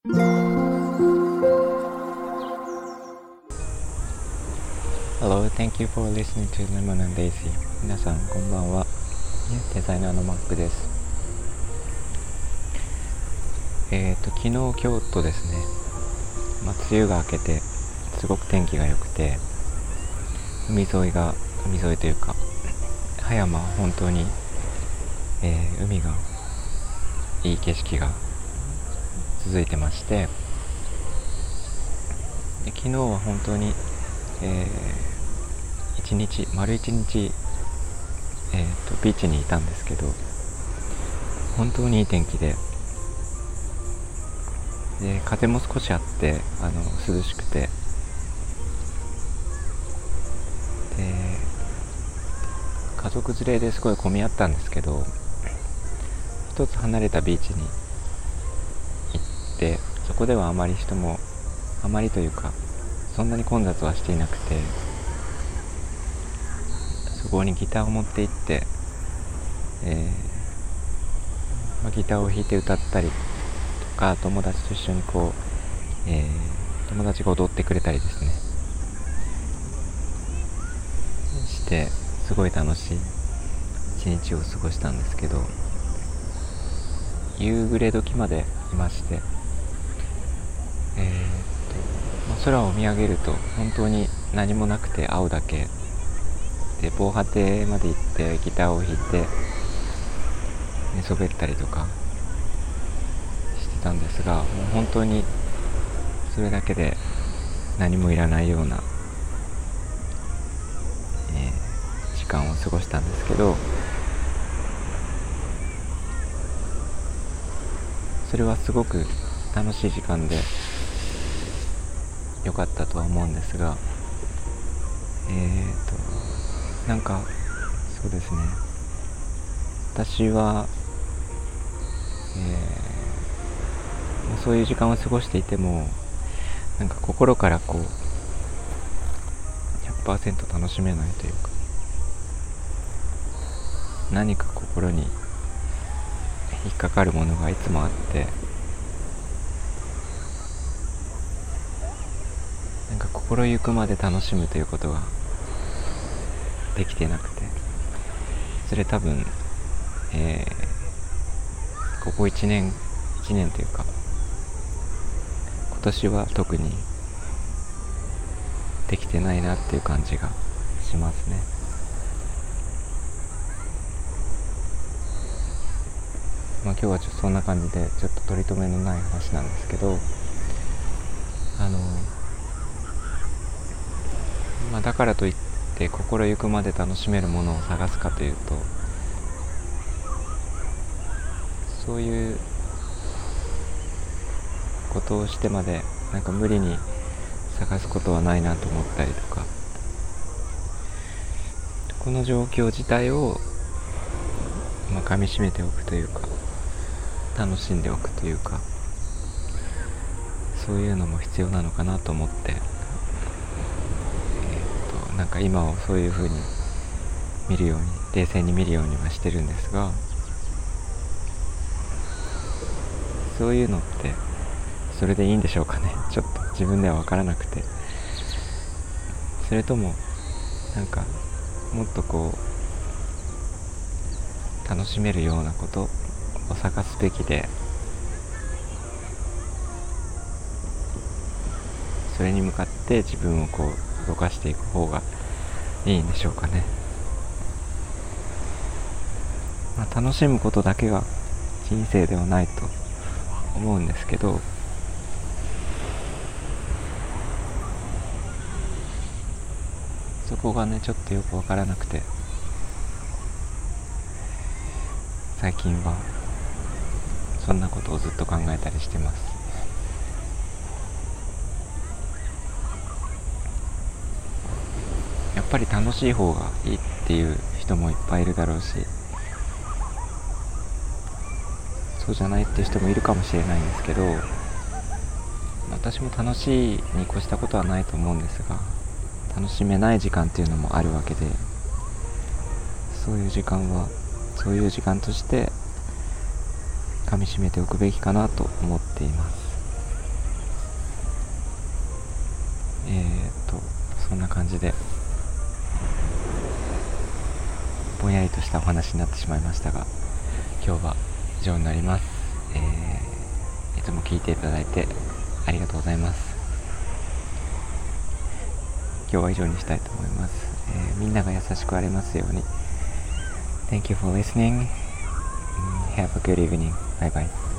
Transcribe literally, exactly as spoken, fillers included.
Hello, thank you for listening to Lemon and Daisy. 皆さんこんばんは。デザイナーのマックです。えっと昨日京都ですね。まあ、梅雨が明けてすごく天気が良くて、海沿いが海沿いというか葉山は本当に、えー、海がいい景色が続いてまして、で昨日は本当に、えー、一日丸一日、えー、とビーチにいたんですけど、本当にいい天気で、で風も少しあってあの涼しくて、で家族連れですごい混み合ったんですけど、一つ離れたビーチに行って、そこではあまり人もあまりというかそんなに混雑はしていなくて、そこにギターを持って行って、えーまあ、ギターを弾いて歌ったりとか、友達と一緒にこう、えー、友達が踊ってくれたりですねして、すごい楽しい一日を過ごしたんですけど、夕暮れ時までいまして、えー、っと、まあ、空を見上げると本当に何もなくて青だけで、防波堤まで行ってギターを弾いて寝そべったりとかしてたんですが、もう本当にそれだけで何もいらないような、えー、時間を過ごしたんですけど、それはすごく楽しい時間で良かったとは思うんですが、えーとなんかそうですね、私は、えー、そういう時間を過ごしていても、なんか心からこう ひゃくパーセント 楽しめないというか、何か心に引っかかるものがいつもあって、なんか心ゆくまで楽しむということができてなくて、それ多分、えー、ここいちねんいちねんというか今年は特にできてないなっていう感じがしますね。まあ今日はちょっとそんな感じで、ちょっと取り留めのない話なんですけど、あのまあだからといって心ゆくまで楽しめるものを探すかというと、そういうことをしてまでなんか無理に探すことはないなと思ったりとか、この状況自体を、まあ、噛みしめておくというか、楽しんでおくというか、そういうのも必要なのかなと思って、えー、となんか今をそういう風に見るように、冷静に見るようにはしてるんですが、そういうのってそれでいいんでしょうかね。ちょっと自分では分からなくて、それともなんかもっとこう楽しめるようなことを探すべきで、それに向かって自分をこう動かしていく方がいいんでしょうかね。まあ、楽しむことだけが人生ではないと思うんですけど、そこがねちょっとよくわからなくて、最近はそんなことをずっと考えたりしてます。やっぱり楽しい方がいいっていう人もいっぱいいるだろうし、そうじゃないっていう人もいるかもしれないんですけど、私も楽しいに越したことはないと思うんですが、楽しめない時間っていうのもあるわけで、そういう時間はそういう時間として噛み締めておくべきかなと思っています。 そんな感じでぼんやりとしたお話になってしまいましたが、今日は以上になります。えー、いつも聞いていただいてありがとうございます。今日は以上にしたいと思います。えー、みんなが優しくありますように。 Thank you for listening. Have a good evening. Bye bye.